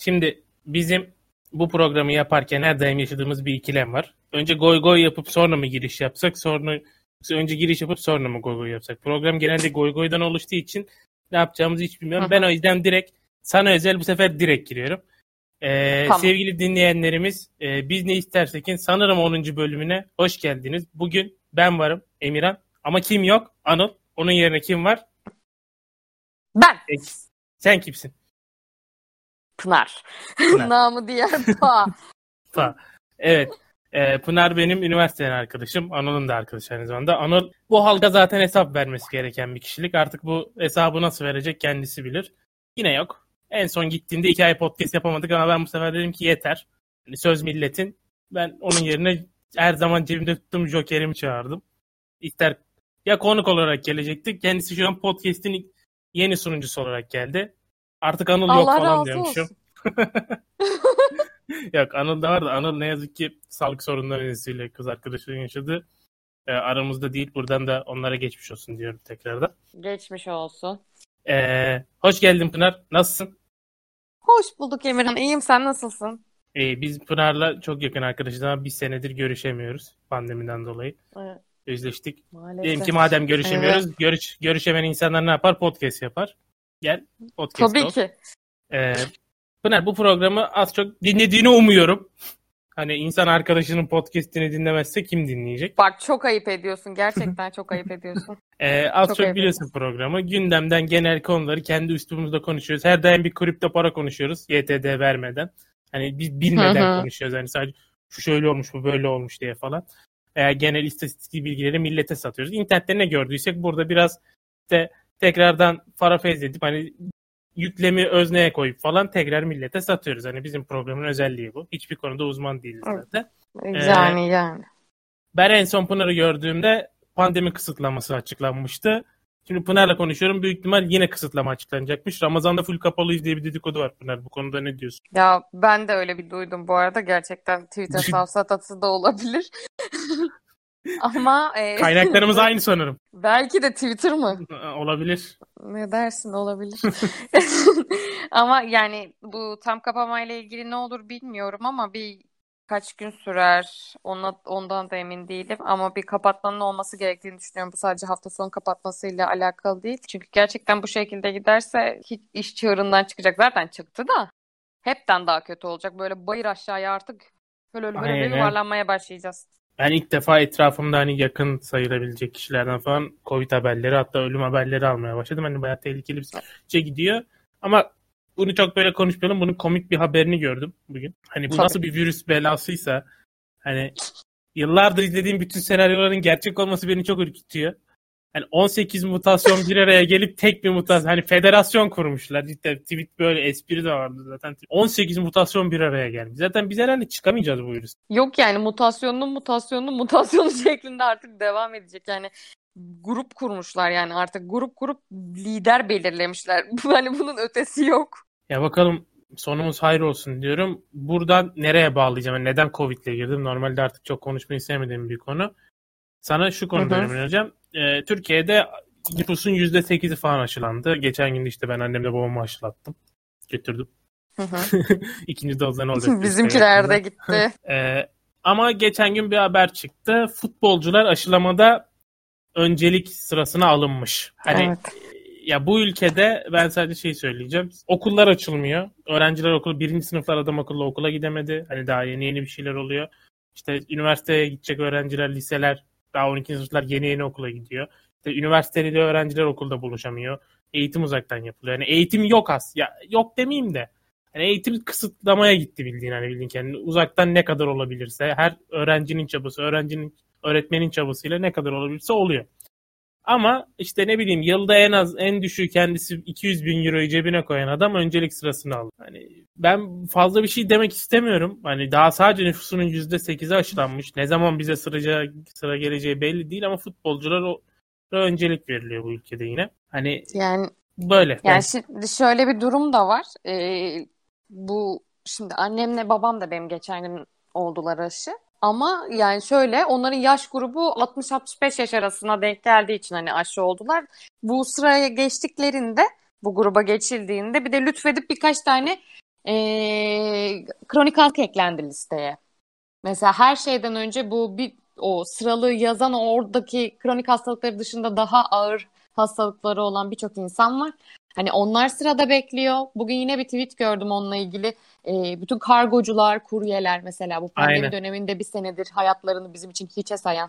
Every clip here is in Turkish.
Şimdi bizim bu programı yaparken her daim yaşadığımız bir ikilem var. Önce goy goy yapıp sonra mı giriş yapsak, sonra önce giriş yapıp sonra mı goy goy yapsak? Program genelde goy goydan oluştuğu için ne yapacağımızı hiç bilmiyorum. Ben o yüzden direkt sana özel bu sefer direkt giriyorum. Tamam. Sevgili dinleyenlerimiz, biz ne istersekin sanırım 10. bölümüne hoş geldiniz. Bugün ben varım, Emirhan. Ama kim yok? Anıl. Onun yerine kim var? Ben. Sen kimsin? Pınar. Namı diğer Pa. Evet. Pınar benim üniversiteden arkadaşım. Anıl'ın da arkadaşı aynı zamanda. Anıl bu halka zaten hesap vermesi gereken bir kişilik. Artık bu hesabı nasıl verecek kendisi bilir. Yine yok. En son gittiğinde 2 ay podcast yapamadık ama ben bu sefer dedim ki yeter. Yani söz milletin. Ben onun yerine her zaman cebimde tuttuğum jokerimi çağırdım. İster ya konuk olarak gelecekti. Kendisi şu an podcast'in yeni sunucusu olarak geldi. Artık Anıl yok Allah falan diyormuşum. Yok, Anıl da var da Anıl ne yazık ki sağlık sorunları nedeniyle kız arkadaşının yaşadı. Aramızda değil. Buradan da onlara geçmiş olsun diyorum tekrardan. Geçmiş olsun. Hoş geldin Pınar. Nasılsın? Hoş bulduk Emirhan. İyiyim. Sen nasılsın? Biz Pınar'la çok yakın arkadaşız ama bir senedir görüşemiyoruz pandemiden dolayı. Evet. Özleştik. Maalesef. Diyelim ki madem görüşemiyoruz, görüşemeyen insanlar ne yapar? Podcast yapar. Gel podcast Tabii ol. ki. Pınar, bu programı az çok dinlediğini umuyorum. Hani insan arkadaşının podcast'ini dinlemezse kim dinleyecek? Bak çok ayıp ediyorsun. Gerçekten çok ayıp ediyorsun. Az çok biliyorsun programı. Gündemden genel konuları kendi üslubumuzda konuşuyoruz. Her daim bir kripto para konuşuyoruz. YTD vermeden. Hani biz bilmeden konuşuyoruz. Hani sadece şu şöyle olmuş, bu böyle olmuş diye falan. Genel istatistik bilgileri millete satıyoruz. İnternette ne gördüysek burada biraz de tekrardan parafraz edip hani yüklemi özneye koyup falan tekrar millete satıyoruz. Hani bizim programın özelliği bu. Hiçbir konuda uzman değiliz zaten. Yani. Ben en son Pınar'ı gördüğümde pandemi kısıtlaması açıklanmıştı. Şimdi Pınar'la konuşuyorum. Büyük ihtimal yine kısıtlama açıklanacakmış. Ramazan'da full kapalıyız diye bir dedikodu var Pınar. Bu konuda ne diyorsun? Ya ben de öyle bir duydum bu arada. Gerçekten Twitter safsatası da olabilir. Ama kaynaklarımız aynı sanırım. Belki de Twitter mı? Olabilir. Ne dersin, olabilir. Ama yani bu tam kapamayla ilgili ne olur bilmiyorum ama kaç gün sürer ondan da emin değilim ama bir kapatmanın olması gerektiğini düşünüyorum. Bu sadece hafta sonu kapatmasıyla alakalı değil. Çünkü gerçekten bu şekilde giderse hiç iş çığırından çıkacak. Zaten çıktı da hepten daha kötü olacak. Böyle bayır aşağıya artık böyle yuvarlanmaya başlayacağız. Ben ilk defa etrafımda hani yakın sayılabilecek kişilerden falan Covid haberleri, hatta ölüm haberleri almaya başladım. Hani bayağı tehlikeli bir şey gidiyor. Ama bunu çok böyle konuşmayalım. Bunun komik bir haberini gördüm bugün. Hani bu nasıl bir virüs belasıysa, hani yıllardır izlediğim bütün senaryoların gerçek olması beni çok ürkütüyor. Hani 18 mutasyon bir araya gelip tek bir mutasyon, hani federasyon kurmuşlar. Cidden tweet böyle espri de vardı zaten. 18 mutasyon bir araya gelmiş. Zaten biz herhalde çıkamayacağız bu virüs. Yok yani mutasyonu şeklinde artık devam edecek. Yani grup kurmuşlar, yani artık grup lider belirlemişler. Hani bunun ötesi yok. Ya bakalım, sonumuz hayır olsun diyorum. Buradan nereye bağlayacağım? Yani neden Covid'le girdim? Normalde artık çok konuşmayı sevmediğim bir konu. Sana şu konuda önereceğim. Türkiye'de nüfusun %8'i falan aşılandı. Geçen gün işte ben annemle babamı aşılattım. Götürdüm. İkinci dozda ne olacak? Bizimkiler de gitti. Ama geçen gün bir haber çıktı. Futbolcular aşılamada öncelik sırasına alınmış. Hani evet. Ya bu ülkede ben sadece şey söyleyeceğim. Okullar açılmıyor. Öğrenciler birinci sınıflar adam akıllı okula gidemedi. Hani daha yeni bir şeyler oluyor. İşte üniversiteye gidecek öğrenciler, liseler, daha 12. sınıflar yeni okula gidiyor. İşte üniversiteli öğrenciler okulda buluşamıyor. Eğitim uzaktan yapılıyor. Yani eğitim yok ya yok demeyeyim de. Yani eğitim kısıtlamaya gitti bildiğin kendini. Uzaktan ne kadar olabilirse, her öğrencinin çabası, öğretmenin çabasıyla ne kadar olabilirse oluyor. Ama işte ne bileyim, yılda en düşüğü kendisi 200 bin euroyu cebine koyan adam öncelik sırasını aldı. Hani ben fazla bir şey demek istemiyorum. Hani daha sadece nüfusunun %8'i aşılanmış. Ne zaman bize sıra geleceği belli değil ama futbolculara öncelik veriliyor bu ülkede yine. Hani yani böyle. Yani şimdi şöyle bir durum da var. Şimdi annemle babam da benim geçen gün oldular aşı. Ama yani şöyle, onların yaş grubu 60-65 yaş arasına denk geldiği için hani aşı oldular. Bu sıraya geçtiklerinde, bu gruba geçildiğinde bir de lütfedip birkaç tane Kronik hastalık eklendi listeye. Mesela her şeyden önce o sıralı yazan oradaki kronik hastalıkları dışında daha ağır hastalıkları olan birçok insan var. Hani onlar sırada bekliyor. Bugün yine bir tweet gördüm onunla ilgili. Bütün kargocular, kuryeler mesela bu pandemi döneminde bir senedir hayatlarını bizim için hiçe sayan,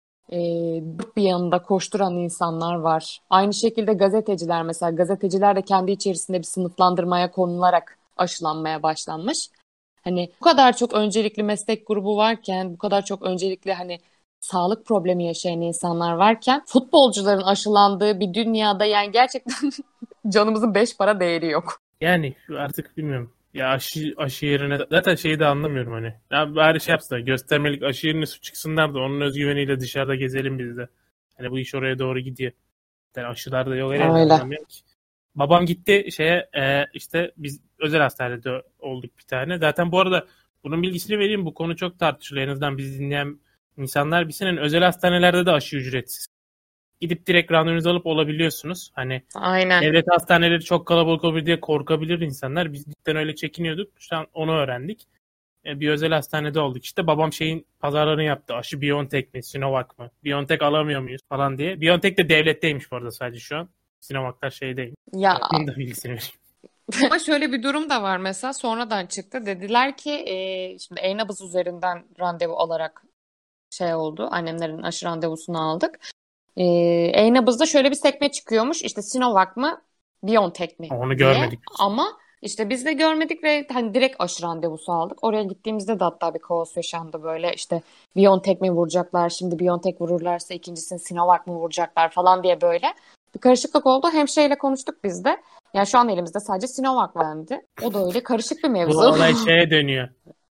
bir yanında koşturan insanlar var. Aynı şekilde gazeteciler mesela. Gazeteciler de kendi içerisinde bir sınıflandırmaya konularak aşılanmaya başlanmış. Hani bu kadar çok öncelikli meslek grubu varken, bu kadar çok öncelikli hani sağlık problemi yaşayan insanlar varken futbolcuların aşılandığı bir dünyada yani gerçekten canımızın 5 para değeri yok. Yani artık bilmiyorum. Ya aşı yerine zaten şeyi de anlamıyorum hani. Ya bari şey yapsınlar. Göstermelik aşı yerine su çıksınlar da onun özgüveniyle dışarıda gezelim biz de. Hani bu iş oraya doğru gidiyor. Yani aşılar da yok. Anlamıyorum ki. Babam gitti işte biz özel hastanede olduk bir tane. Zaten bu arada bunun bilgisini vereyim. Bu konu çok tartışılıyor. En azından biz dinleyen insanlar bilsin. Özel hastanelerde de aşı ücretsiz. Gidip direkt randevunuzu alıp olabiliyorsunuz. Hani aynen. Devlet hastaneleri çok kalabalık olur diye korkabilir insanlar. Biz cidden öyle çekiniyorduk. Şu an onu öğrendik. Bir özel hastanede olduk. İşte babam pazarlarını yaptı. Aşı BioNTech mi, Sinovac mı? BioNTech alamıyor muyuz falan diye. BioNTech de devletteymiş bu arada sadece şu an. Sinovac'lar şeydeyim. Ya. Bunun da bilgisini vereyim. Ama şöyle bir durum da var mesela sonradan çıktı. Dediler ki şimdi e-nabız üzerinden randevu alarak oldu. Annemlerin aşı randevusunu aldık. E-nabızda şöyle bir sekme çıkıyormuş. İşte Sinovac mı, BioNTech mi Onu diye. görmedik. Ama işte biz de görmedik ve hani direkt aşı randevusu aldık. Oraya gittiğimizde de hatta bir kaos yaşandı böyle işte BioNTech mi vuracaklar, şimdi BioNTech vururlarsa ikincisini Sinovac mı vuracaklar falan diye böyle bir karışıklık oldu. Hemşireyle konuştuk biz de. Yani şu an elimizde sadece Sinovac vardı. O da öyle karışık bir mevzu. Bu olay şeye dönüyor.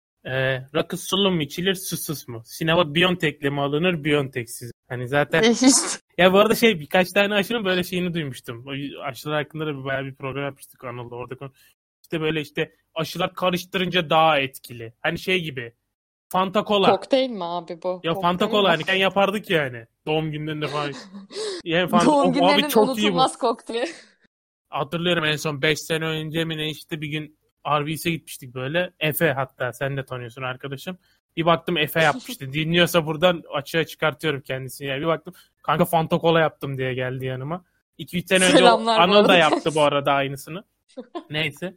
Rakı sulu mu içilir, susuz mu? Sinovac BioNTech'le mi alınır, BioNTech'siz? Hani zaten ya bu arada birkaç tane aşının böyle şeyini duymuştum. O aşılar hakkında da bayağı bir program yapmıştık Anıl'da orada. İşte böyle aşılar karıştırınca daha etkili. Hani gibi. Fanta Cola. Kokteyl mi abi bu? Ya Fanta Cola hani yapardık yani. Doğum günlerinde falan. Yani Doğum günlerinin çok unutulmaz kokteyli. Hatırlıyorum en son 5 sene önce mi ne bir gün Arby's'e gitmiştik böyle. Efe hatta sen de tanıyorsun arkadaşım. Bir baktım Efe yapmıştı. Dinliyorsa buradan açığa çıkartıyorum kendisini. Yani bir baktım kanka Fanta Cola yaptım diye geldi yanıma. 2-3 sene önce Anıl da yaptı bu arada aynısını. Neyse.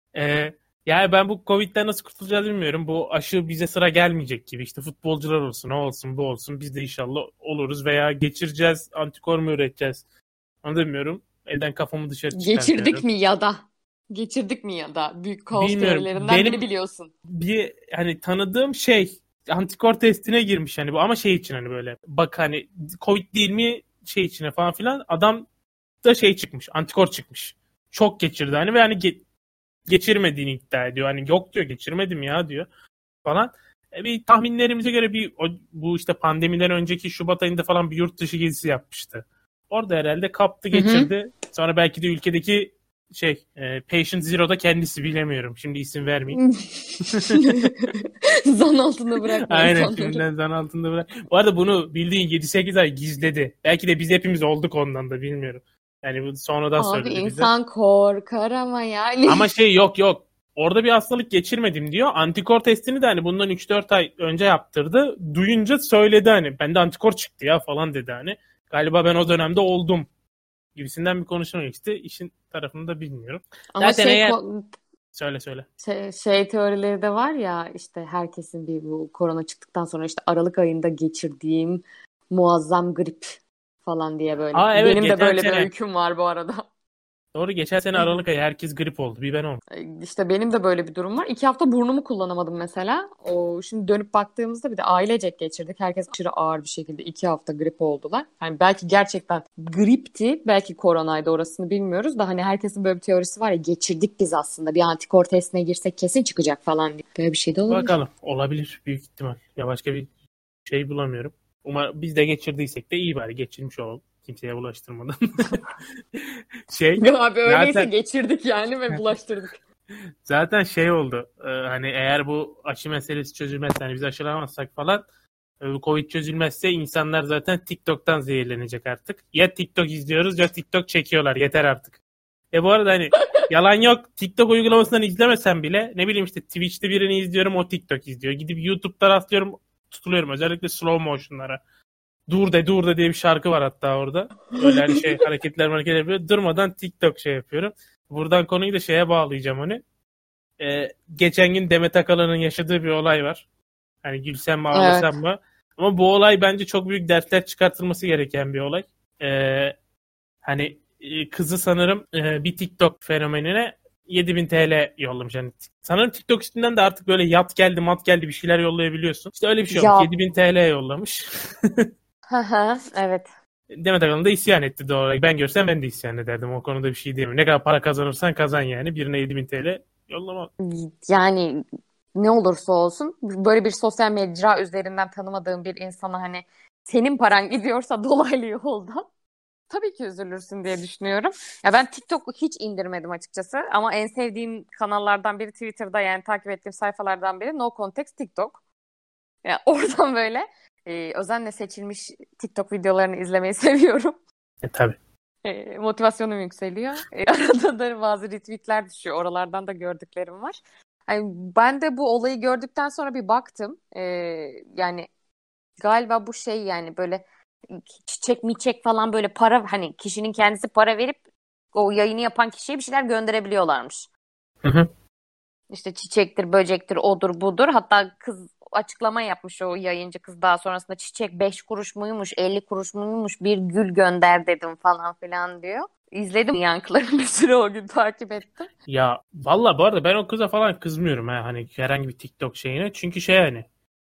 Yani ben bu Covid'den nasıl kurtulacağız bilmiyorum. Bu aşı bize sıra gelmeyecek gibi. İşte futbolcular olsun, o olsun, bu olsun. Biz de inşallah oluruz veya geçireceğiz, antikor mu üreteceğiz? Onu demiyorum. Elden kafamı dışarı çıkartıyorum. Geçirdik mi ya da büyük kaos teorilerinden biri biliyorsun. Bir hani tanıdığım antikor testine girmiş hani bu ama için hani böyle bak hani Covid değil mi içine falan filan adam da çıkmış, antikor çıkmış. Çok geçirdi hani ve hani geçirmediğini iddia ediyor. Hani yok diyor, geçirmedim ya diyor falan. Bir tahminlerimize göre bu işte pandemiden önceki Şubat ayında falan bir yurt dışı gezisi yapmıştı. Orada herhalde kaptı, geçirdi. Hı-hı. Sonra belki de ülkedeki Patient Zero'da kendisi, bilemiyorum. Şimdi isim vermeyeyim. Zan altında bırakma. Aynen, şimdiden zan altında bırak. Bu arada bunu bildiğin 7-8 ay gizledi. Belki de biz hepimiz olduk ondan da, bilmiyorum. Yani bu sonradan söyledi bize. Abi insan korkar ama yani. Ama yok. Orada bir hastalık geçirmedim diyor. Antikor testini de hani bundan 3-4 ay önce yaptırdı. Duyunca söyledi hani bende antikor çıktı ya falan dedi hani. Galiba ben o dönemde oldum gibisinden bir konuşma geçti. İşin tarafını da bilmiyorum. Ama zaten söyle. Teorileri de var ya, işte herkesin bu korona çıktıktan sonra işte Aralık ayında geçirdiğim muazzam grip falan diye böyle. Evet, benim de böyle bir öyküm var bu arada. Doğru, geçen sene Aralık ayı herkes grip oldu. Bir ben olmadım. İşte benim de böyle bir durum var. 2 hafta burnumu kullanamadım mesela. Şimdi dönüp baktığımızda bir de ailecek geçirdik. Herkes aşırı ağır bir şekilde 2 hafta grip oldular. Yani belki gerçekten gripti, belki koronaydı, orasını bilmiyoruz da hani herkesin böyle bir teorisi var ya, geçirdik biz aslında. Bir antikor testine girsek kesin çıkacak falan diye. Böyle bir şey de olabilir. Bakalım, olabilir büyük ihtimal. Ya başka bir bulamıyorum. Umarım biz de geçirdiysek de iyi, bari geçirmiş olalım. Kimseye bulaştırmadan. Abi öyleyse zaten geçirdik yani ve bulaştırdık. Zaten oldu. Hani eğer bu aşı meselesi çözülmezse, hani biz aşılamazsak falan, bu Covid çözülmezse insanlar zaten TikTok'tan zehirlenecek artık. Ya TikTok izliyoruz ya TikTok çekiyorlar. Yeter artık. Bu arada hani yalan yok. TikTok uygulamasından izlemesem bile ne bileyim işte Twitch'te birini izliyorum, o TikTok izliyor. Gidip YouTube'da rastlıyorum, tutuluyorum. Özellikle slow motion'lara. Dur de dur de diye bir şarkı var hatta orada. Öyle hani şey hareketler yapıyor. Durmadan TikTok şey yapıyorum. Buradan konuyu da şeye bağlayacağım hani. Geçen gün Demet Akalın'ın yaşadığı bir olay var. Hani gülsem mi ağlasam Evet. mı? Ama bu olay bence çok büyük dersler çıkartılması gereken bir olay. Hani kızı sanırım bir TikTok fenomenine 7.000 TL yollamış. Yani sanırım TikTok üstünden de artık böyle yat geldi mat geldi bir şeyler yollayabiliyorsun. İşte öyle bir şey olmuş. Ya 7.000 TL yollamış. evet. Demet Akalın da isyan etti doğru olarak. Ben görsem ben de isyan ederdim. O konuda bir şey diyemem. Ne kadar para kazanırsan kazan yani. Birine 7.000 TL yollama. Yani ne olursa olsun böyle bir sosyal mecra üzerinden tanımadığın bir insana hani senin paran gidiyorsa dolaylı yoldan tabii ki üzülürsün diye düşünüyorum. Ya ben TikTok'u hiç indirmedim açıkçası ama en sevdiğim kanallardan biri Twitter'da, yani takip ettiğim sayfalardan biri No Context TikTok. Yani oradan böyle özenle seçilmiş TikTok videolarını izlemeyi seviyorum. Tabii. Motivasyonum yükseliyor. Arada da bazı retweetler düşüyor. Oralardan da gördüklerim var. Yani ben de bu olayı gördükten sonra bir baktım. Yani galiba bu şey, yani böyle çiçek miçek falan, böyle para, hani kişinin kendisi para verip o yayını yapan kişiye bir şeyler gönderebiliyorlarmış. Hı hı. İşte çiçektir, böcektir, odur budur. Hatta kız açıklama yapmış, o yayıncı kız daha sonrasında, çiçek 5 kuruş muymuş, 50 kuruş muymuş, bir gül gönder dedim falan filan diyor. İzledim yankılarını, bir süre o gün takip ettim. Ya valla bu arada ben o kıza falan kızmıyorum ha, hani herhangi bir TikTok şeyine. Çünkü şey hani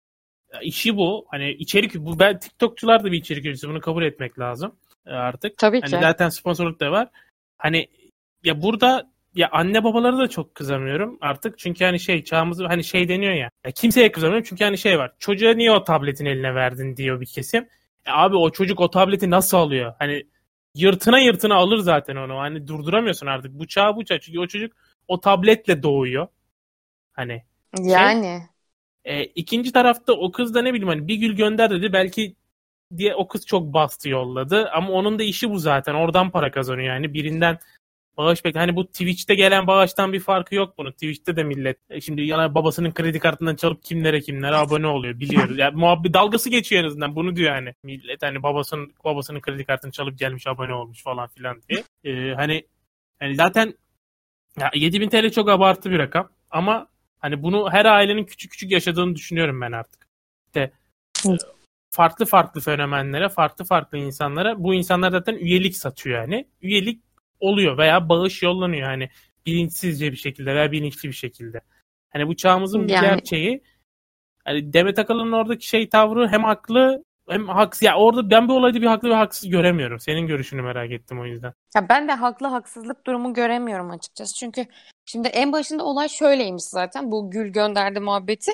işi bu. Hani içerik bu, ben TikTokçular da bir içerik üreticisi, bunu kabul etmek lazım artık. Tabii Hani ki. zaten sponsorluk da var. Hani ya burada ya anne babaları da çok kızamıyorum artık. Çünkü hani şey çağımızı hani şey deniyor ya. Ya kimseye kızamıyorum çünkü hani şey var. Çocuğa niye o tabletin eline verdin diyor bir kesim. Abi o çocuk o tableti nasıl alıyor? Hani yırtına yırtına alır zaten onu. Hani durduramıyorsun artık. Bu çağ bu çağ. Çünkü o çocuk o tabletle doğuyor. Hani şey. Yani. İkinci tarafta o kız da ne bileyim hani bir gül gönder dedi. Belki diye o kız çok bastı yolladı. Ama onun da işi bu zaten. Oradan para kazanıyor yani. Birinden bağış bekle. Hani bu Twitch'te gelen bağıştan bir farkı yok bunun. Twitch'te de millet şimdi yana babasının kredi kartından çalıp kimlere abone oluyor biliyoruz. Yani muhabbet dalgası geçiyor en azından. Bunu diyor hani. Millet hani babasının kredi kartını çalıp gelmiş abone olmuş falan filan diye. Hani zaten ya 7.000 TL çok abartı bir rakam ama hani bunu her ailenin küçük küçük yaşadığını düşünüyorum ben artık. İşte farklı farklı fenomenlere, farklı farklı insanlara, bu insanlar zaten üyelik satıyor yani. Üyelik oluyor veya bağış yollanıyor hani bilinçsizce bir şekilde veya bilinçli bir şekilde. Hani bu çağımızın bir Yani gerçeği. Hani Demet Akalın'ın oradaki şey tavrı hem haklı hem haksız. Ya orada ben bu olayda bir haklı ve haksız göremiyorum. Senin görüşünü merak ettim o yüzden. ya ben de haklı haksızlık durumu göremiyorum açıkçası. Çünkü şimdi en başında olay şöyleymiş zaten, bu gül gönderdi muhabbeti.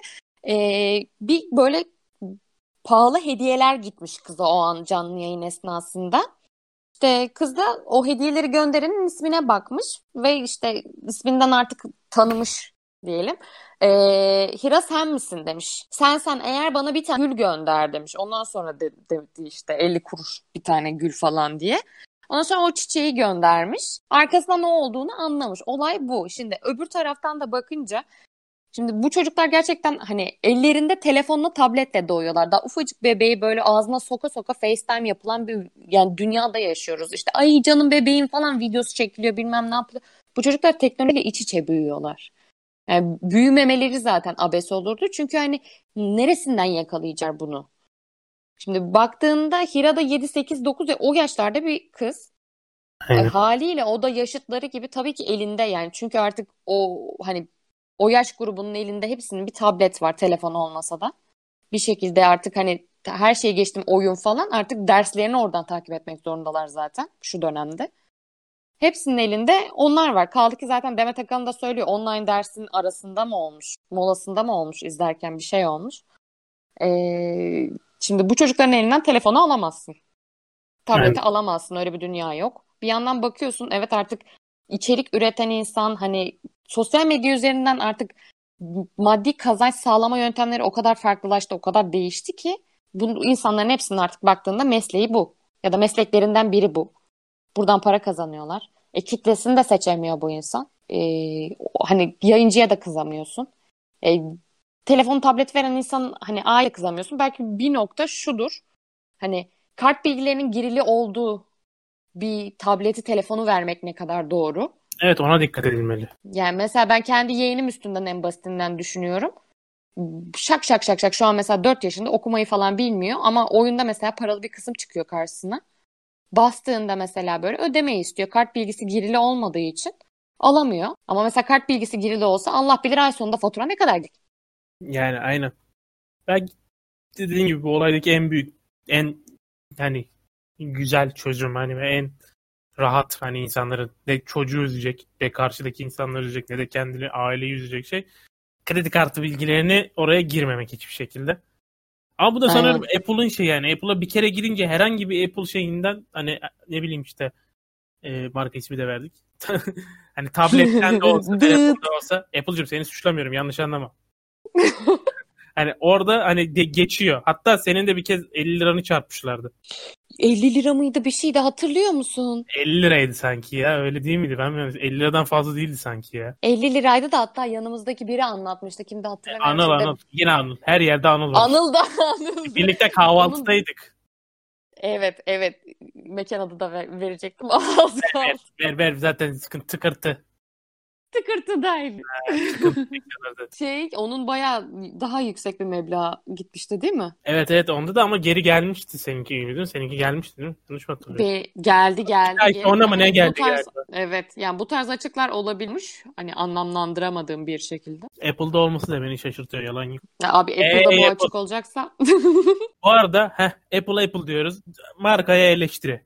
Bir böyle pahalı hediyeler gitmiş kıza o an canlı yayın esnasında. İşte kız da o hediyeleri gönderenin ismine bakmış ve işte isminden artık tanımış diyelim. Hira sen misin demiş. Sen eğer bana bir tane gül gönder demiş. Ondan sonra dedi işte 50 kuruş bir tane gül falan diye. Ondan sonra o çiçeği göndermiş. Arkasında ne olduğunu anlamış. Olay bu. Şimdi öbür taraftan da bakınca, şimdi bu çocuklar gerçekten hani ellerinde telefonla, tabletle doğuyorlar. Daha ufacık bebeği böyle ağzına soka soka FaceTime yapılan bir yani dünyada yaşıyoruz. İşte ay canım bebeğim falan videosu çekiliyor, bilmem ne yapıyor. Bu çocuklar teknolojiyle iç içe büyüyorlar. Yani büyümemeleri zaten abes olurdu. Çünkü hani neresinden yakalayacak bunu? Şimdi baktığında Hira da 7, 8, 9, o yaşlarda bir kız. Aynen. Haliyle o da yaşıtları gibi tabii ki elinde yani. Çünkü artık o hani o yaş grubunun elinde hepsinin bir tablet var, telefon olmasa da. Bir şekilde artık hani her şeyi geçtim, oyun falan, artık derslerini oradan takip etmek zorundalar zaten şu dönemde. Hepsinin elinde onlar var. Kaldı ki zaten Demet Akalın da söylüyor, online dersin arasında mı olmuş, molasında mı olmuş, izlerken bir şey olmuş. Ee, Şimdi bu çocukların elinden telefonu alamazsın. Aynen. Tableti alamazsın. Öyle bir dünya yok. Bir yandan bakıyorsun, evet artık içerik üreten insan hani sosyal medya üzerinden artık maddi kazanç sağlama yöntemleri o kadar farklılaştı, o kadar değişti ki bu insanların hepsinin artık baktığında mesleği bu. Ya da mesleklerinden biri bu. Buradan para kazanıyorlar. Kitlesini de seçemiyor bu insan. Hani yayıncıya da kızamıyorsun. Telefon, tablet veren insan hani A'ya kızamıyorsun. Belki bir nokta şudur. Hani kart bilgilerinin girili olduğu bir tableti, telefonu vermek ne kadar doğru? Evet, ona dikkat edilmeli. Yani mesela ben kendi yeğenim üstünden en basitinden düşünüyorum. Şak şak şak şak şu an mesela 4 yaşında, okumayı falan bilmiyor ama oyunda mesela paralı bir kısım çıkıyor karşısına. Bastığında mesela böyle ödemeyi istiyor. Kart bilgisi girili olmadığı için alamıyor. Ama mesela kart bilgisi girili olsa Allah bilir ay sonunda fatura ne kadar gelir. Yani aynen. Ben dediğim gibi bu olaydaki en büyük, en hani güzel çözüm hani ve en rahat, hani insanları ne çocuğu üzecek, ne karşıdaki insanları üzecek, ne de kendini, aileyi üzecek şey, kredi kartı bilgilerini oraya girmemek hiçbir şekilde. Ama bu da sanırım Aynen. Apple'ın şey, yani Apple'a bir kere girince herhangi bir Apple şeyinden, hani ne bileyim işte, marka ismi de verdik. Hani tabletten de olsa, telefonda olsa, Apple'cığım seni suçlamıyorum, yanlış anlama. Hani orada hani geçiyor. Hatta senin de bir kez 50 liranı çarpmışlardı. 50 lira mıydı bir şeydi, hatırlıyor musun? 50 liraydı sanki ya, öyle değil miydi? Ben bilmiyorum. 50 liradan fazla değildi sanki ya. 50 liraydı da hatta yanımızdaki biri anlatmıştı. Kimdi hatırlamıyorum Anıl şimdi. Anıl. Yine Anıl. Her yerde Anıl var. Anıl da Anıl'dı. Birlikte Onun kahvaltıdaydık. evet mekan adı da verecektim ama az kaldı. Ver zaten sıkıntı, tıkırtı. Tıkırtıdaydı. Sıkıntı bekliyorlardı. Onun bayağı daha yüksek bir meblağ gitmişti değil mi? Evet onda da ama geri gelmişti seninki gibi, değil mi? Seninki gelmişti değil mi? Yanlış mı hatırlıyorum? Geldi Ay, sonra mı ama ne bu geldi tarz galiba? evet yani bu tarz açıklar olabilmiş hani anlamlandıramadığım bir şekilde. Apple'da olması da beni şaşırtıyor, yalan yok. Ya abi Apple'da bu Apple. açık olacaksa Bu arada Apple diyoruz. Markaya eleştiri.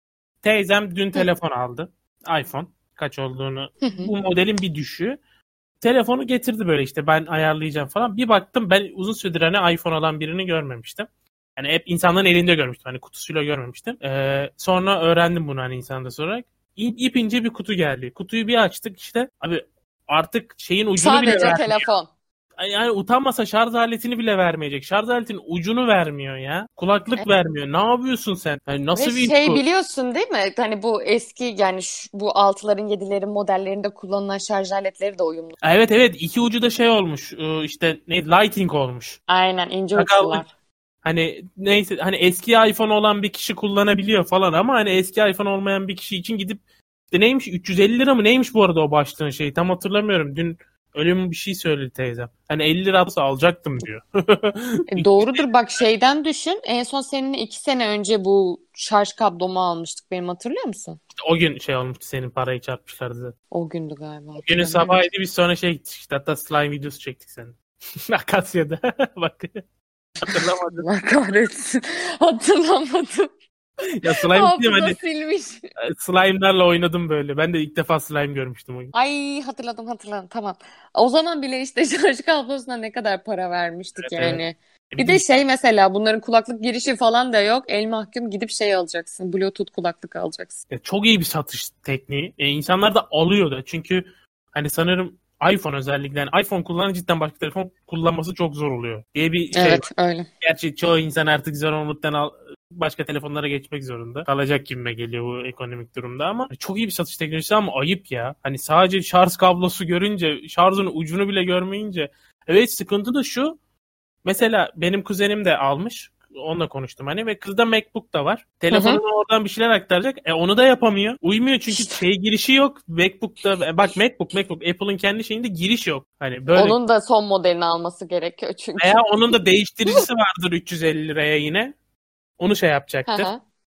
Teyzem dün telefon aldı. iPhone. Kaç olduğunu. Bu modelin bir düşüğü. Telefonu getirdi böyle, işte ben ayarlayacağım falan. Bir baktım, ben uzun süredir hani iPhone alan birini görmemiştim. Yani hep insanların elinde görmüştüm. Hani kutusuyla görmemiştim. Sonra öğrendim bunu hani insanda sorarak. İp ince bir kutu geldi. Kutuyu bir açtık işte. Abi artık şeyin ucunu bile sadece vermiyor. telefon. Yani utanmasa şarj aletini bile vermeyecek. Şarj aletinin ucunu vermiyor ya. Kulaklık vermiyor. Ne yapıyorsun sen? Yani Ve nasıl bir iş bu? biliyorsun değil mi? Hani bu eski yani bu 6'ların 7'lerin modellerinde kullanılan şarj aletleri de uyumlu. Evet, iki ucu da şey olmuş. İşte ne, Lighting olmuş. Aynen, ince Sakallık. uçlular. Hani neyse, hani eski iPhone olan bir kişi kullanabiliyor falan ama hani eski iPhone olmayan bir kişi için gidip işte neymiş, 350 lira mı neymiş bu arada o başlığın şeyi, tam hatırlamıyorum. Dün öyle mi bir şey söyledi teyzem. Hani 50 lira olsa alacaktım diyor. Doğrudur, bak şeyden düşün. En son seninle 2 sene önce bu şarj kablomu almıştık, benim hatırlıyor musun? O gün şey olmuştu, senin parayı çarpmışlardı zaten. O gündü galiba. O günün sabahıydı, biz sonra şey gittik işte, hatta slime videosu çektik seninle. Akasya'da. Bak, hatırlamadım. Allah kahretsin. Hatırlamadım. Ya slime diyeyim, Hafıza hani silmiş. slime'larla oynadım böyle. Ben de ilk defa slime görmüştüm o gün. Ay hatırladım tamam. O zaman bile işte şarj kablosuna ne kadar para vermiştik Evet, evet. yani. Bir Bir de de şey mesela bunların kulaklık girişi falan da yok. El mahkum gidip şey alacaksın. Bluetooth kulaklık alacaksın. çok iyi bir satış tekniği. İnsanlar da alıyor da. Çünkü hani sanırım iPhone özellikle, yani iPhone kullanan cidden başka telefon kullanması çok zor oluyor diye bir şey var. Evet öyle. Gerçi çoğu insan artık zorunluluktan başka telefonlara geçmek zorunda. Kalacak gibime geliyor bu ekonomik durumda ama çok iyi bir satış teknolojisi ama ayıp ya. Hani sadece şarj kablosu görünce, şarjın ucunu bile görmeyince. Evet, sıkıntı da şu. Mesela benim kuzenim de almış. Onunla konuştum hani, ve kızda MacBook da var. Telefonuna oradan bir şeyler aktaracak. Onu da yapamıyor. Uymuyor çünkü şey girişi yok. MacBook'ta bak, MacBook Apple'ın kendi şeyinde giriş yok. Hani böyle. Onun da son modelini alması gerekiyor çünkü. Veya onun da değiştiricisi vardır 350 liraya yine. Onu şey yapacaktır.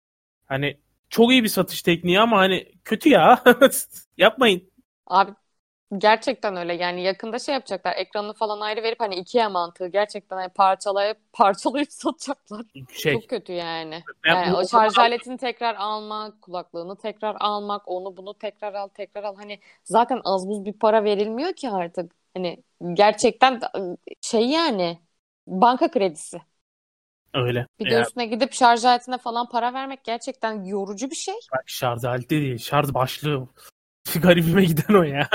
Hani çok iyi bir satış tekniği ama hani kötü ya. Yapmayın. Abi gerçekten öyle yani yakında şey yapacaklar, ekranını falan ayrı verip hani IKEA mantığı, gerçekten hani parçalayıp satacaklar. Çok kötü yani. Ben Yani bunu o şarj aletini tekrar almak, kulaklığını tekrar almak, onu bunu tekrar al. Hani zaten az buz bir para verilmiyor ki artık. Hani gerçekten şey yani banka kredisi. öyle. Bir de üstüne gidip şarj aletine falan para vermek gerçekten yorucu bir şey. Bak, şarj aleti değil, şarj başlığı. Garibime giden o ya.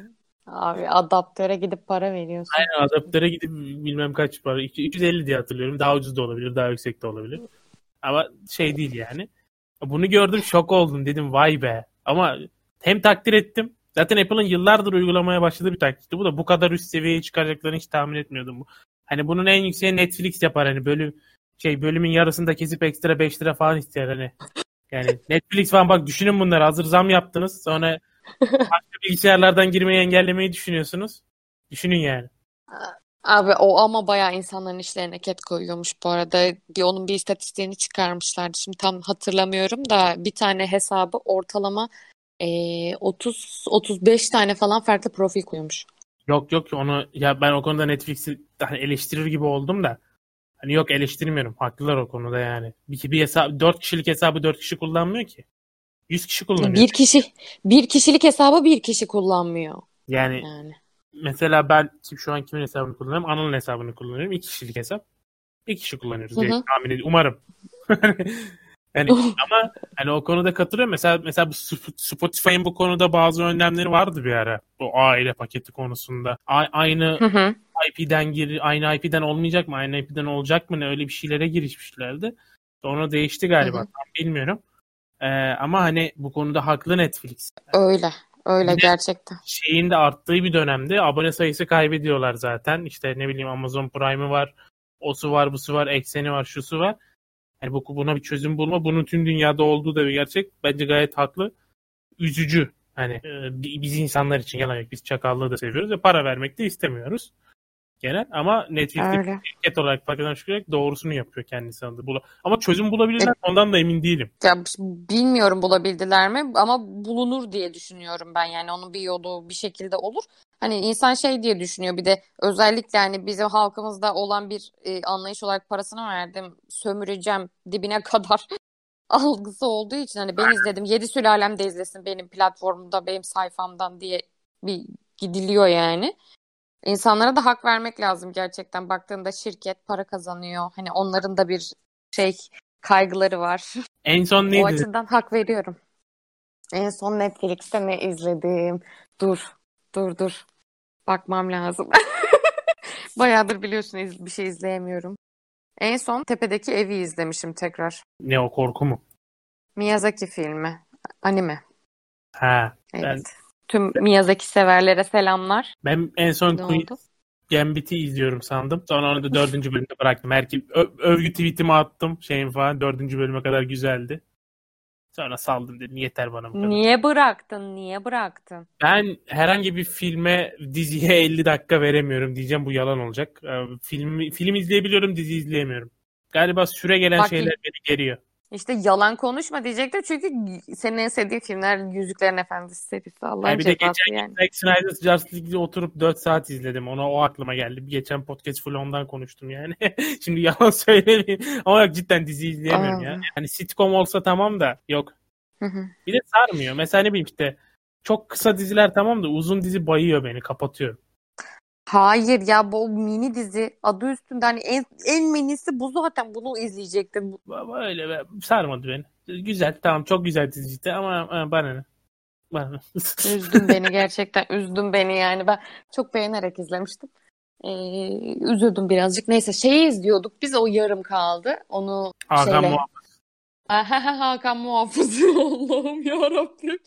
Abi adaptöre gidip para veriyorsun. Aynen, adaptöre gidip bilmem kaç para. 350 diye hatırlıyorum. Daha ucuz da olabilir, daha yüksek de olabilir. Ama şey değil yani. Bunu gördüm, şok oldum, dedim vay be. Ama Hem takdir ettim. Zaten Apple'ın yıllardır uygulamaya başladığı bir taktikti. Bu da bu kadar üst seviyeye çıkaracaklarını hiç tahmin etmiyordum. Hani bunun en yükseği Netflix yapar. Hani bölümün yarısını da kesip ekstra 5 lira falan ister hani. Yani Netflix falan bak düşünün bunları. Hazır zam yaptınız. Sonra başka bilgisayarlardan girmeyi engellemeyi düşünüyorsunuz. Düşünün yani. Abi o ama bayağı insanların işlerine ket koyuyormuş bu arada. Onun bir istatistiğini çıkarmışlardı. Şimdi tam hatırlamıyorum da bir tane hesabı ortalama 30-35 tane falan farklı profil koymuş. Yok onu ya ben o konuda Netflix'i hani eleştirir gibi oldum da hani yok eleştirmiyorum. Haklılar o konuda yani. Bir hesap 4 kişilik hesabı 4 kişi kullanmıyor ki. 100 kişi kullanıyor. Bir kişilik hesabı bir kişi kullanmıyor. Yani mesela ben şu an kimin hesabını kullanıyorum? Anıl'ın hesabını kullanıyorum. 2 kişilik hesap. 2 kişi kullanıyoruz diye tahmin ediyorum. Umarım. Yani ama hani o konuda katılıyorum. Mesela bu Spotify'ın bu konuda bazı önlemleri vardı bir ara. Bu aile paketi konusunda. Aynı aynı IP'den olmayacak mı? Aynı IP'den olacak mı? Ne öyle bir şeylere girişmişlerdi. Sonra değişti galiba. Tam bilmiyorum. Ama hani bu konuda haklı Netflix. Öyle gerçekten. Şeyin de arttığı bir dönemde abone sayısı kaybediyorlar zaten. İşte ne bileyim Amazon Prime'ı var. Osu var, busu var, ekseni var, şusu var. Yani buna bir çözüm bulma. Bunun tüm dünyada olduğu da bir gerçek. Bence gayet haklı. Üzücü. Hani biz insanlar için yalan yok. Biz çakallığı da seviyoruz ve para vermek de istemiyoruz. Genel ama Netflix'te şirket olarak paketden çıkarak doğrusunu yapıyor kendisi. Ama çözüm bulabilirler ondan da emin değilim. Ya bilmiyorum bulabildiler mi ama bulunur diye düşünüyorum ben. Yani onun bir yolu bir şekilde olur. Hani insan şey diye düşünüyor bir de özellikle hani bizim halkımızda olan bir anlayış olarak parasını verdim sömüreceğim dibine kadar algısı olduğu için hani ben izledim 7 sülalem de izlesin benim platformumda benim sayfamdan diye bir gidiliyor yani. İnsanlara da hak vermek lazım gerçekten. Baktığında şirket para kazanıyor. Hani onların da bir kaygıları var. En son neydi? O açıdan hak veriyorum. En son Netflix'te ne izledim? Dur. Bakmam lazım. Bayağıdır biliyorsun bir şey izleyemiyorum. En son Tepedeki Evi izlemişim tekrar. Ne o korku mu? Miyazaki filmi. Anime. Ha. Evet. Tüm Miyazaki severlere selamlar. Ben en son Queen's Gambit'i izliyorum sandım. Sonra onu da 4. bölümde bıraktım. Övgü tweetimi attım. Şeyin falan 4. bölüme kadar güzeldi. Sonra saldım dedim. Yeter bana bu kadar. Niye bıraktın? Ben herhangi bir filme, diziye 50 dakika veremiyorum diyeceğim. Bu yalan olacak. Film izleyebiliyorum, dizi izleyemiyorum. Galiba süre gelen şeyler beni geriyor. İşte yalan konuşma diyecektim çünkü senin en sevdiğin filmler Yüzüklerin Efendisi serisi. Allah'ın cezası yani. Zack Snyder's Justice League'de oturup 4 saat izledim. O aklıma geldi. Geçen podcast full ondan konuştum yani. Şimdi yalan söylemeyeyim. Ama yok cidden dizi izleyemiyorum ya. Hani sitcom olsa tamam da yok. Bir de sarmıyor. Mesela ne bileyim işte çok kısa diziler tamam da uzun dizi bayıyor beni. Kapatıyor. Hayır ya bu mini dizi adı üstünde hani en minisi bu zaten bunu izleyecektim. Öyle sarmadı beni. Güzel tamam çok güzel diziydi ama bana ne? Üzdün beni gerçekten üzdün beni yani ben çok beğenerek izlemiştim. Üzüldüm birazcık. Neyse şeyi izliyorduk biz o yarım kaldı. Onu Hakan Muhafız. Hakan Muhafız. Allah'ım yarabbim.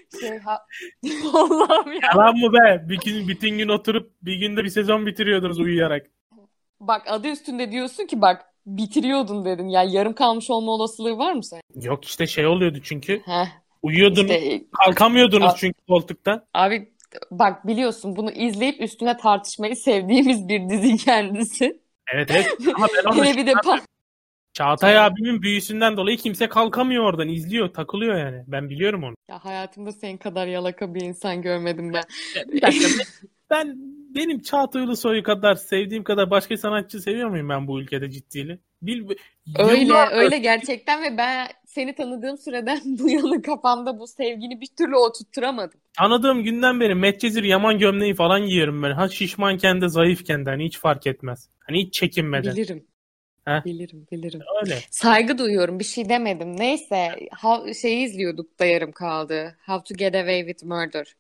Allah'ım ya. Yalan mı be? Bütün gün oturup bir günde bir sezon bitiriyordunuz uyuyarak. Bak adı üstünde diyorsun ki bak bitiriyordun dedin. Yani yarım kalmış olma olasılığı var mı sen? Yok işte şey oluyordu çünkü. Uyuyordunuz. İşte, kalkamıyordunuz çünkü koltuktan. Abi bak biliyorsun bunu izleyip üstüne tartışmayı sevdiğimiz bir dizi kendisi. Evet. Ama ben onu bir de Çağatay abimin büyüsünden dolayı kimse kalkamıyor oradan. İzliyor, takılıyor yani. Ben biliyorum onu. Ya hayatımda senin kadar yalaka bir insan görmedim ben. Bir dakika. Benim Çağatay Ulusoy'u kadar sevdiğim kadar başka sanatçı seviyor muyum ben bu ülkede ciddiyle? Öyle gerçekten ve ben seni tanıdığım süreden bu yana kafamda bu sevgini bir türlü oturtturamadım. Tanıdığım günden beri Medcezir Yaman gömleği falan giyiyorum ben. Ha şişmanken de zayıfken de hani hiç fark etmez. Hani hiç çekinmeden. Bilirim. Heh. Bilirim. Öyle. Saygı duyuyorum. Bir şey demedim. Neyse. Şeyi izliyorduk da yarım kaldı. How to Get Away with Murder.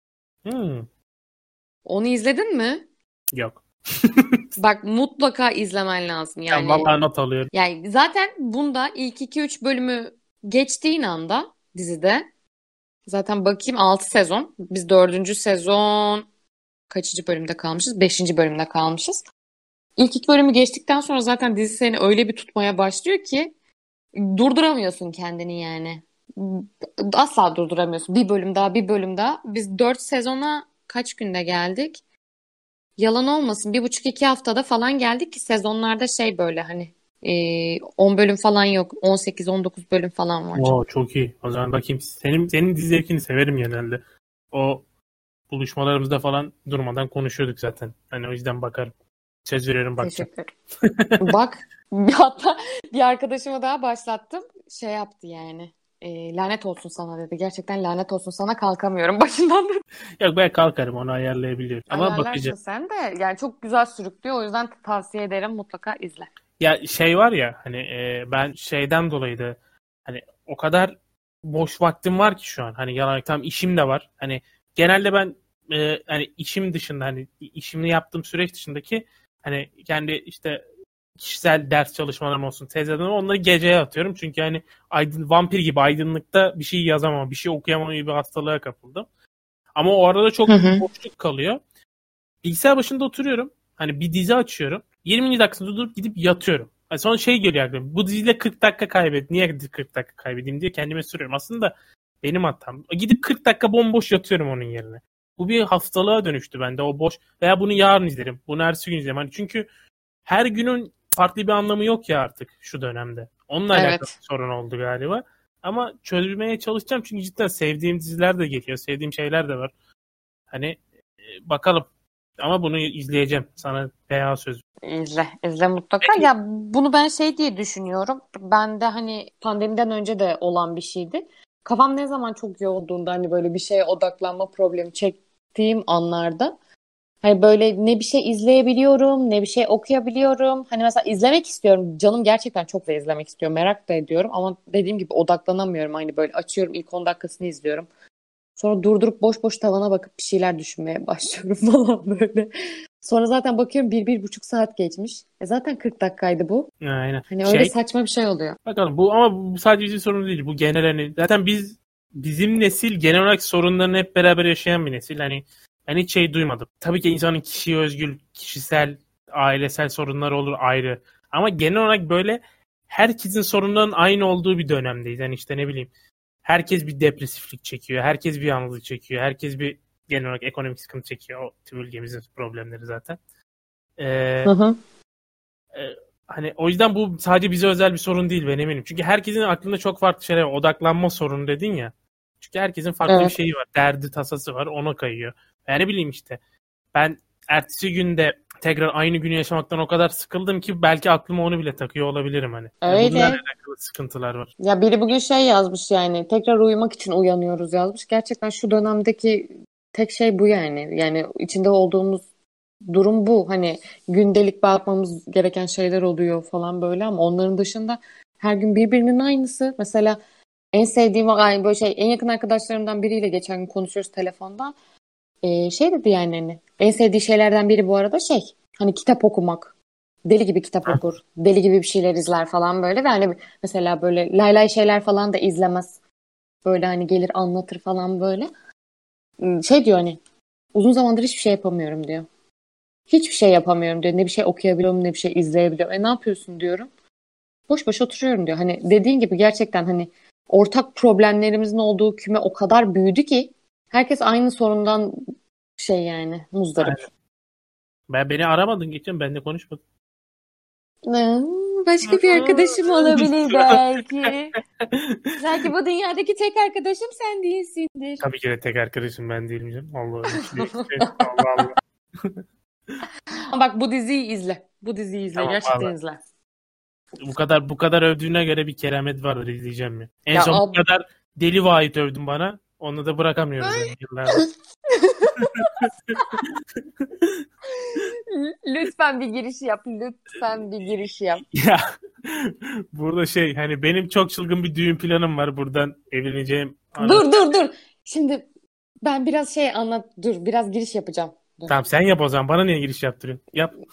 Onu izledin mi? Yok. Bak mutlaka izlemen lazım. Yani, vallahi not alıyorum. Yani zaten bunda ilk 2-3 bölümü geçtiğin anda dizide Zaten bakayım 6 sezon. Biz 4. sezon kaçıncı bölümde kalmışız? 5. bölümde kalmışız. İlk 2 bölümü geçtikten sonra zaten dizi seni öyle bir tutmaya başlıyor ki durduramıyorsun kendini yani. Asla durduramıyorsun. Bir bölüm daha, bir bölüm daha. Biz 4 sezona kaç günde geldik? Yalan olmasın. 1,5-2 haftada falan geldik ki sezonlarda şey böyle hani 10 bölüm falan yok. 18-19 bölüm falan var. Oo, çok iyi. O zaman bakayım. Senin dizi zevkini severim genelde. O buluşmalarımızda falan durmadan konuşuyorduk zaten. Hani o yüzden bakarım. Söz veriyorum, bakacağım. Teşekkür ederim. Bak hatta bir arkadaşıma daha başlattım. Şey yaptı yani. Lanet olsun sana dedi. Gerçekten lanet olsun sana, kalkamıyorum başından dedi. Yok, ben kalkarım, onu ayarlayabiliyorum. Ama Ayarlarsın bakacağım. sen de. Yani çok güzel sürüklüyor. O yüzden tavsiye ederim, mutlaka izle. Ya şey var ya hani ben şeyden dolayı da hani o kadar boş vaktim var ki şu an. Hani yalan, tam işim de var. Hani genelde ben hani işim dışında, hani işimi yaptığım süreç dışındaki hani kendi işte kişisel ders çalışmalarım olsun, tezlerim, onları geceye atıyorum. Çünkü hani vampir gibi aydınlıkta bir şey yazamam, bir şey okuyamam gibi bir hastalığa kapıldım. Ama o arada çok Hı hı. boşluk kalıyor. Bilgisayar başında oturuyorum. Hani bir dizi açıyorum. 20. dakikasında durup gidip yatıyorum. Yani sonra şey geliyor aklıma. Bu diziyle 40 dakika kaybet. Niye 40 dakika kaybedeyim diye kendime soruyorum. Aslında benim hatam. Gidip 40 dakika bomboş yatıyorum onun yerine. Bu bir hastalığa dönüştü bende, o boş. Veya bunu yarın izlerim. Bunu ertesi gün izlerim. Hani çünkü her günün farklı bir anlamı yok ya artık şu dönemde. Onunla alakalı Evet. bir sorun oldu galiba. Ama çözmeye çalışacağım çünkü cidden sevdiğim diziler de geliyor. Sevdiğim şeyler de var. Hani bakalım. Ama bunu izleyeceğim. Sana veya söz. İzle. İzle mutlaka. Peki. Ya bunu ben şey diye düşünüyorum. Ben de hani pandemiden önce de olan bir şeydi. Kafam ne zaman çok yoğunduğunda hani böyle bir şeye odaklanma problemi çektiğim anlarda hani böyle ne bir şey izleyebiliyorum, ne bir şey okuyabiliyorum. Hani mesela izlemek istiyorum. Canım gerçekten çok da izlemek istiyor. Merak da ediyorum ama dediğim gibi odaklanamıyorum. Hani böyle açıyorum, ilk 10 dakikasını izliyorum. Sonra durdurup boş boş tavana bakıp bir şeyler düşünmeye başlıyorum falan böyle. Sonra zaten bakıyorum 1-1,5 saat geçmiş. Zaten 40 dakikaydı bu. Aynen. Hani öyle saçma bir şey oluyor. Bakalım bu sadece bizim sorun değil. Bu genel, hani zaten bizim nesil genel olarak sorunlarını hep beraber yaşayan bir nesil. Hani ben hiç şey duymadım. Tabii ki insanın kişiye özgü, kişisel, ailesel sorunları olur ayrı. Ama genel olarak böyle herkesin sorunlarının aynı olduğu bir dönemdeyiz. Yani işte ne bileyim, herkes bir depresiflik çekiyor. Herkes bir yalnızlık çekiyor. Herkes bir genel olarak ekonomik sıkıntı çekiyor. O tüm ülkemizin problemleri zaten. Hı Ee, hı. e, Hani o yüzden bu sadece bize özel bir sorun değil, ben eminim. Çünkü herkesin aklında çok farklı şeyler var. Odaklanma sorunu dedin ya. Çünkü herkesin farklı bir Evet. şeyi var. Derdi, tasası var. Ona kayıyor. Yani ne bileyim işte. Ben ertesi günde tekrar aynı günü yaşamaktan o kadar sıkıldım ki belki aklıma onu bile takıyor olabilirim hani. Yani bunlarla Öyle. alakalı sıkıntılar var. Ya biri bugün şey yazmış yani tekrar uyumak için uyanıyoruz yazmış. Gerçekten şu dönemdeki tek şey bu yani. Yani içinde olduğumuz durum bu. Hani gündelik bakmamız gereken şeyler oluyor falan böyle ama onların dışında her gün birbirinin aynısı. Mesela en sevdiğim yani böyle şey en yakın arkadaşlarımdan biriyle geçen gün konuşuyoruz telefonda. Şey dedi yani hani en sevdiği şeylerden biri bu arada şey hani kitap okumak. Deli gibi kitap Heh, okur. Deli gibi bir şeyler izler falan böyle. Ve hani mesela böyle lay lay şeyler falan da izlemez. Böyle hani gelir anlatır falan böyle. Şey diyor hani uzun zamandır hiçbir şey yapamıyorum diyor. Hiçbir şey yapamıyorum diyor. Ne bir şey okuyabiliyorum ne bir şey izleyebiliyorum. Ne yapıyorsun diyorum. Boş boş oturuyorum diyor. Hani dediğin gibi gerçekten hani ortak problemlerimizin olduğu küme o kadar büyüdü ki herkes aynı sorundan şey yani muzdarip. aynen. Beni aramadın geçen, ben de konuşmadım. Başka bir arkadaşım olabilir belki. Belki bu dünyadaki tek arkadaşım sen değilsindir. Tabii ki de tek arkadaşım ben değilim canım. Allah, öyle bir şey değil. Allah Allah. Ama bak bu diziyi izle. Bu diziyi izle. Tamam Gerçekten valla. izle. Bu kadar övdüğüne göre bir keramet vardır, izleyeceğim ya. En Ya son bu kadar Deli Vahit övdün bana. Onu da bırakamıyoruz yani yıllardır. lütfen bir giriş yap. Lütfen bir giriş yap. Ya burada şey, hani benim çok çılgın bir düğün planım var, buradan evleneceğim ana. Dur. Şimdi ben biraz şey anlat. Dur biraz giriş yapacağım. Dur. Tamam, sen yap o zaman. Bana niye giriş yaptırıyorsun? Yap.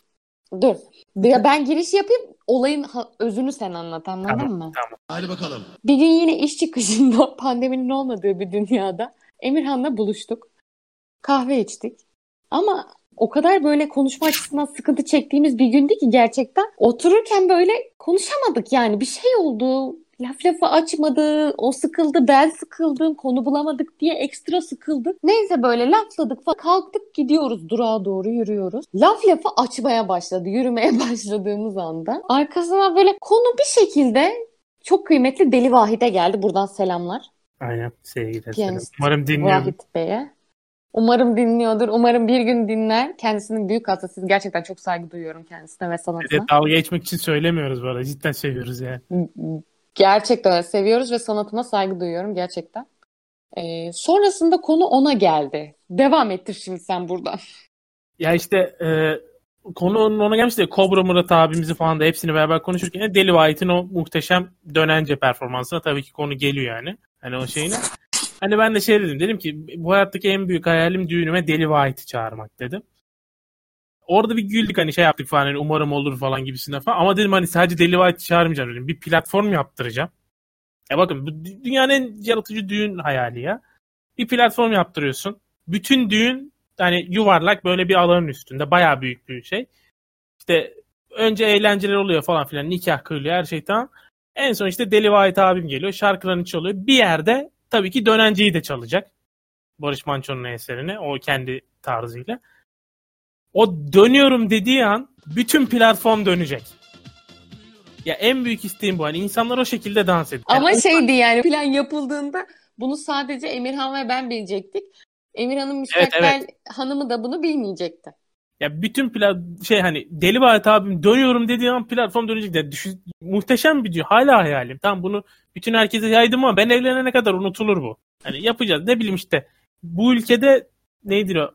Dur. Ben giriş yapayım. Olayın özünü sen anlat, anladın mı? Tamam. Hadi bakalım. Bir gün yine iş çıkışında pandeminin olmadığı bir dünyada Emirhan'la buluştuk. Kahve içtik. Ama o kadar böyle konuşma açısından sıkıntı çektiğimiz bir gündü ki gerçekten. Otururken böyle konuşamadık yani. Bir şey oldu. Lafı açmadı. O sıkıldı. Ben sıkıldım. Konu bulamadık diye ekstra sıkıldık. Neyse böyle lafladık falan. Kalktık gidiyoruz. Durağa doğru yürüyoruz. Lafı açmaya başladı. Yürümeye başladığımız anda. Arkasına böyle konu bir şekilde çok kıymetli Deli Vahit'e geldi. Buradan selamlar. Aynen. Sevgiler. Selam. Piyanist Umarım dinliyor. Vahit Bey'e. Umarım dinliyordur. Umarım bir gün dinler. Kendisinin büyük hastası. Gerçekten çok saygı duyuyorum kendisine ve sanatına. Dalga geçmek için söylemiyoruz bu arada. Cidden seviyoruz yani. Gerçekten öyle. Seviyoruz ve sanatına saygı duyuyorum gerçekten. Sonrasında konu ona geldi. Devam ettir şimdi sen buradan. Ya işte konu ona gelmişti ya, Kobra Murat abimizi falan da hepsini beraber konuşurken Deli Vahit'in o muhteşem dönence performansına tabii ki konu geliyor yani. Hani o şeyine. Hani ben de dedim ki bu hayattaki en büyük hayalim düğünüme Deli Vahit'i çağırmak dedim. Orada bir güldük hani yaptık falan hani umarım olur falan gibisinden falan. Ama dedim hani sadece Deli Vahit'i çağırmayacağım dedim. Bir platform yaptıracağım. Bakın bu dünyanın en yaratıcı düğün hayali ya. Bir platform yaptırıyorsun. Bütün düğün hani yuvarlak böyle bir alanın üstünde. Bayağı büyük bir şey. İşte önce eğlenceler oluyor falan filan. Nikah kıyılıyor her şey tamam. En son işte Deli Vahit abim geliyor. Şarkılarını çalıyor. Bir yerde tabii ki dönenceyi de çalacak. Barış Manço'nun eserini. O kendi tarzıyla. O dönüyorum dediği an bütün platform dönecek. Ya en büyük isteğim bu. Hani insanlar o şekilde dans ediyor. Ama yani plan yapıldığında bunu sadece Emirhan ve ben bilecektik. Emirhan'ın müstakbel hanımı da bunu bilmeyecekti. Ya bütün hani Deli Vahit abim dönüyorum dediği an platform dönecek. Yani muhteşem bir diyor. Hala hayalim. Tamam bunu bütün herkese yaydım ama ben evlenene kadar unutulur bu. Hani yapacağız. Ne bileyim işte. Bu ülkede neydir o?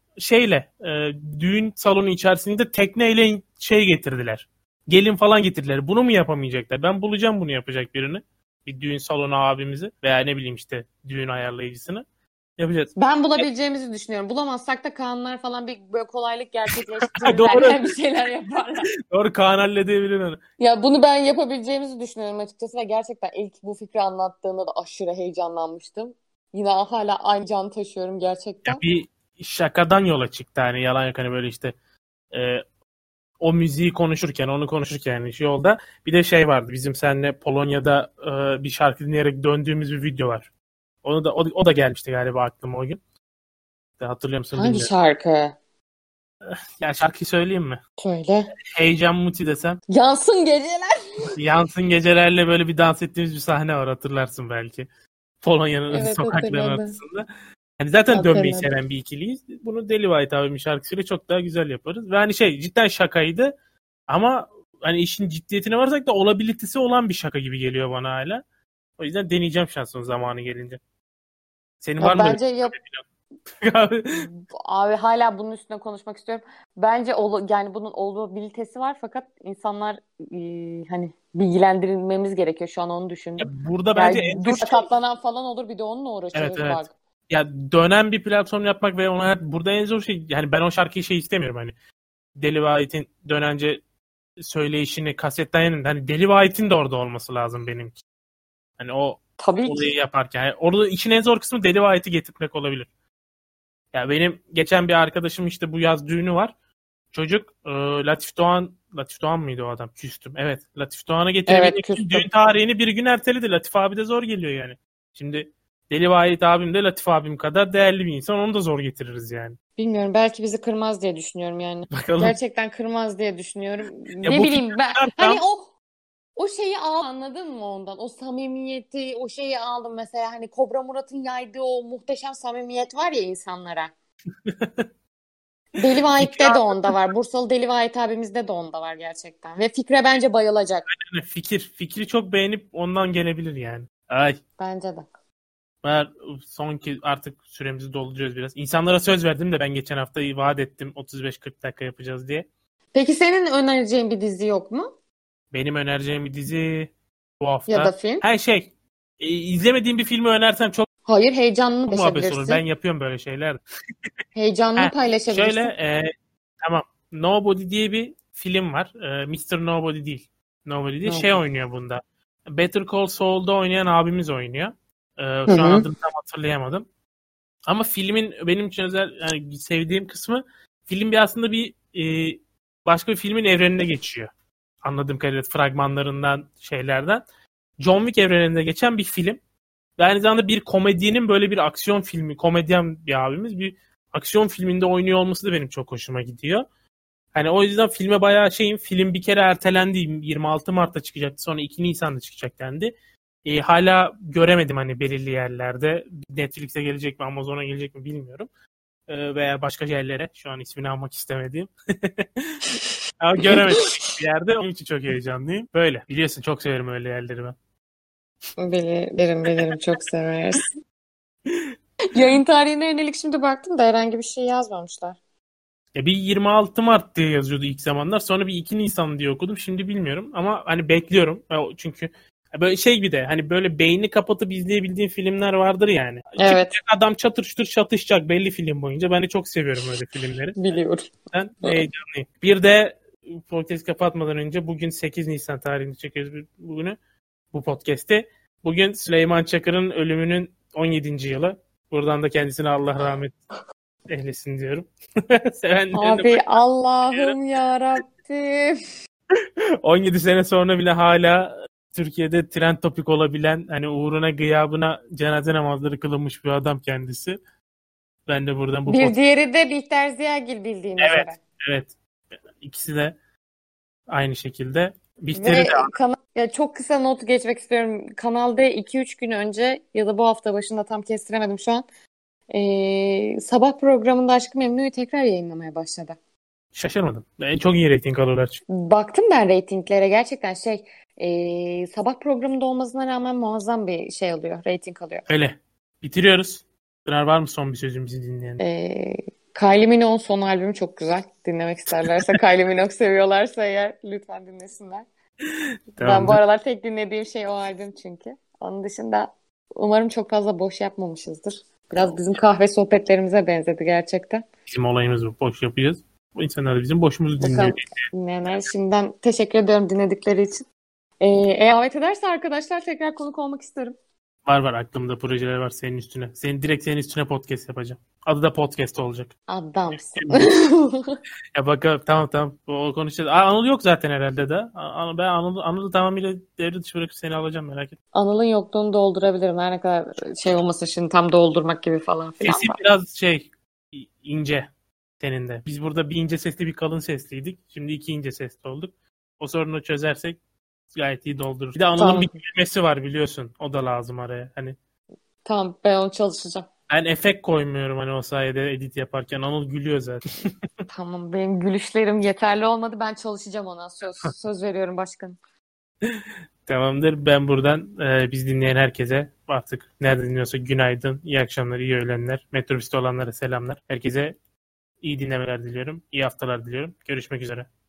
Düğün salonu içerisinde tekneyle getirdiler. Gelin falan getirdiler. Bunu mu yapamayacaklar? Ben bulacağım bunu yapacak birini. Bir düğün salonu abimizi veya ne bileyim işte düğün ayarlayıcısını. Yapacağız. Ben bulabileceğimizi düşünüyorum. Bulamazsak da Kaanlar falan böyle kolaylık gerçekleştirirler. Bir şeyler yaparlar. Doğru, Kaan halledebilir onu. Ya bunu ben yapabileceğimizi düşünüyorum açıkçası ve gerçekten ilk bu fikri anlattığında da aşırı heyecanlanmıştım. Yine hala aynı can taşıyorum gerçekten. Ya bir şakadan yola çıktı hani yalan yok hani böyle işte o müziği konuşurken onu konuşurken yolda bir de vardı bizim seninle Polonya'da bir şarkı dinleyerek döndüğümüz bir video var. Onu da o da gelmişti galiba aklıma o gün. Hatırlıyor musun bilmiyorum. Hangi şarkı? Ya şarkıyı söyleyeyim mi? Söyle. Heyecan Muti desem. Yansın geceler. Yansın gecelerle böyle bir dans ettiğimiz bir sahne var hatırlarsın belki. Polonya'nın sokaklarının ortasında. Hani zaten dönmeyi seven bir ikiliyiz. Bunu Deli Vahit abimin şarkısıyla çok daha güzel yaparız. Ve hani cidden şakaydı. Ama hani işin ciddiyetine varsak da olabilitesi olan bir şaka gibi geliyor bana hala. O yüzden deneyeceğim şansın zamanı gelince. Senin var mı? Bence Abi hala bunun üstüne konuşmak istiyorum. Bence yani bunun olabilitesi var fakat insanlar hani bilgilendirilmemiz gerekiyor. Şu an onu düşündüm. Ya burada bence katlanan falan olur bir de onunla uğraşıyoruz. Evet. Bak. Ya dönen bir platform yapmak ve ona burada en zor şey yani ben o şarkıyı istemiyorum hani Deli Vahit'in dönence söyleyişini kasetten yanında hani Deli Vahit'in de orada olması lazım benim için. Hani o tabii olayı ki yaparken yani orada için en zor kısmı Deli Vahit'i getirmek olabilir. Ya benim geçen bir arkadaşım işte bu yaz düğünü var. Çocuk Latif Doğan mıydı o adam? Küstüm. Evet. Latif Doğan'ı getirebilmek için düğün tarihini bir gün erteledi. Latif abi de zor geliyor yani. Şimdi Deli Vahit abim de Latif abim kadar değerli bir insan. Onu da zor getiririz yani. Bilmiyorum. Belki bizi kırmaz diye düşünüyorum yani. Bakalım. Gerçekten kırmaz diye düşünüyorum. Ya ne bileyim ben. Hani o şeyi anladın mı ondan? O samimiyeti, o şeyi aldım mesela hani Kobra Murat'ın yaydığı o muhteşem samimiyet var ya insanlara. Deli Vahit'te de onda var. Bursalı Deli Vahit abimizde de onda var gerçekten. Ve Fikre bence bayılacak. Aynen, Fikri çok beğenip ondan gelebilir yani. Ay. Bence de. Sonki artık süremizi dolduruyoruz biraz. İnsanlara söz verdim de ben geçen hafta vaat ettim 35-40 dakika yapacağız diye. Peki senin önereceğin bir dizi yok mu? Benim önereceğim bir dizi bu hafta. Ya da film? İzlemediğim bir filmi önersem çok Hayır, heyecanlı paylaşabilirsin. Olur. Ben yapıyorum böyle şeyler. Heyecanlı paylaşabilirsin. Şöyle tamam. Nobody diye bir film var. Mr. Nobody değil. Nobody değil. Şey oynuyor bunda. Better Call Saul'da oynayan abimiz oynuyor. Şu an adını tam hatırlayamadım. Ama filmin benim için özel yani sevdiğim kısmı film aslında bir başka bir filmin evrenine geçiyor. Anladığım kadarıyla fragmanlarından şeylerden. John Wick evreninde geçen bir film. Ve aynı zamanda bir komedyenin böyle bir aksiyon filmi, komedyen bir abimiz bir aksiyon filminde oynuyor olması da benim çok hoşuma gidiyor. Hani o yüzden filme bayağı film bir kere ertelendi. 26 Mart'ta çıkacaktı. Sonra 2 Nisan'da çıkacak dendi. Hala göremedim hani belirli yerlerde. Netflix'e gelecek mi, Amazon'a gelecek mi bilmiyorum. Veya başka yerlere. Şu an ismini almak istemediğim. Ama göremedim bir yerde. Onun için çok heyecanlıyım. Böyle. Biliyorsun çok severim öyle yerleri ben. Bilirim çok severiz. Yayın tarihine yönelik şimdi baktım da herhangi bir şey yazmamışlar. Bir 26 Mart diye yazıyordu ilk zamanlar. Sonra bir 2 Nisan diye okudum. Şimdi bilmiyorum ama hani bekliyorum. Çünkü böyle bir de hani böyle beyni kapatıp izleyebildiğin filmler vardır yani. Evet. Çıkacak adam çatır çutur çatışacak belli film boyunca. Ben de çok seviyorum öyle filmleri. Biliyorum. Ben heyecanlıyım. Bir de podcast kapatmadan önce bugün 8 Nisan tarihinde çekiyoruz bugünü. Bu podcast'i. Bugün Süleyman Çakır'ın ölümünün 17. yılı. Buradan da kendisine Allah rahmet eylesin diyorum. Abi Allah'ım yarabbim. 17 sene sonra bile hala Türkiye'de trend topik olabilen hani uğruna gıyabına cenaze namazları kılınmış bir adam kendisi. Ben de buradan bu bir diğeri de Bihter Ziyagil bildiğiniz üzere. Evet. İkisi de aynı şekilde. Bihter'i de çok kısa not geçmek istiyorum. Kanalda 2-3 gün önce ya da bu hafta başında tam kestiremedim şu an. Sabah programında Aşk-ı Memnu'yu tekrar yayınlamaya başladı. Şaşırmadım. Çok iyi reyting alıyorlar çünkü. Baktım ben reytinglere gerçekten sabah programında olmasına rağmen muazzam bir şey alıyor. Reyting alıyor. Öyle. Bitiriyoruz. Pınar var mı son bir sözümüzü dinleyen? Kylie Minogue'un son albümü çok güzel. Dinlemek isterlerse Kylie Minogue seviyorlarsa eğer lütfen dinlesinler. Ben bu aralar tek dinlediğim şey o albüm çünkü. Onun dışında umarım çok fazla boş yapmamışızdır. Biraz bizim kahve sohbetlerimize benzedi gerçekten. Bizim olayımız bu. Boş yapacağız. Bu insanlar da bizim boşumuzu dinliyor. Dinleyenler şimdiden teşekkür ediyorum dinledikleri için. Davet ederse arkadaşlar tekrar konuk olmak isterim. Var aklımda projeler var senin üstüne. Direkt senin üstüne podcast yapacağım. Adı da podcast olacak. Adamsın. Ya bakalım tamam. O konuşacağız. Anıl yok zaten herhalde de. Ben Anıl'ı tamamıyla devre dışı bırakıp seni alacağım merak etme. Anıl'ın yokluğunu doldurabilirim. Her ne kadar olmasa şimdi tam doldurmak gibi falan filan. Sesi biraz ince senin de. Biz burada bir ince sesli bir kalın sesliydik. Şimdi 2 ince sesli olduk. O sorunu çözersek gayet iyi doldurur. Bir de Anıl'ın bir gülmesi var biliyorsun. O da lazım araya. Hani. Tamam ben onu çalışacağım. Ben efekt koymuyorum hani o sayede edit yaparken. Anıl gülüyor zaten. Tamam benim gülüşlerim yeterli olmadı. Ben çalışacağım ona. Söz veriyorum başkanım. Tamamdır. Ben buradan biz dinleyen herkese artık nerede dinliyorsa günaydın, iyi akşamlar, iyi öğlenler. Metrobüste olanlara selamlar. Herkese iyi dinlemeler diliyorum. İyi haftalar diliyorum. Görüşmek üzere.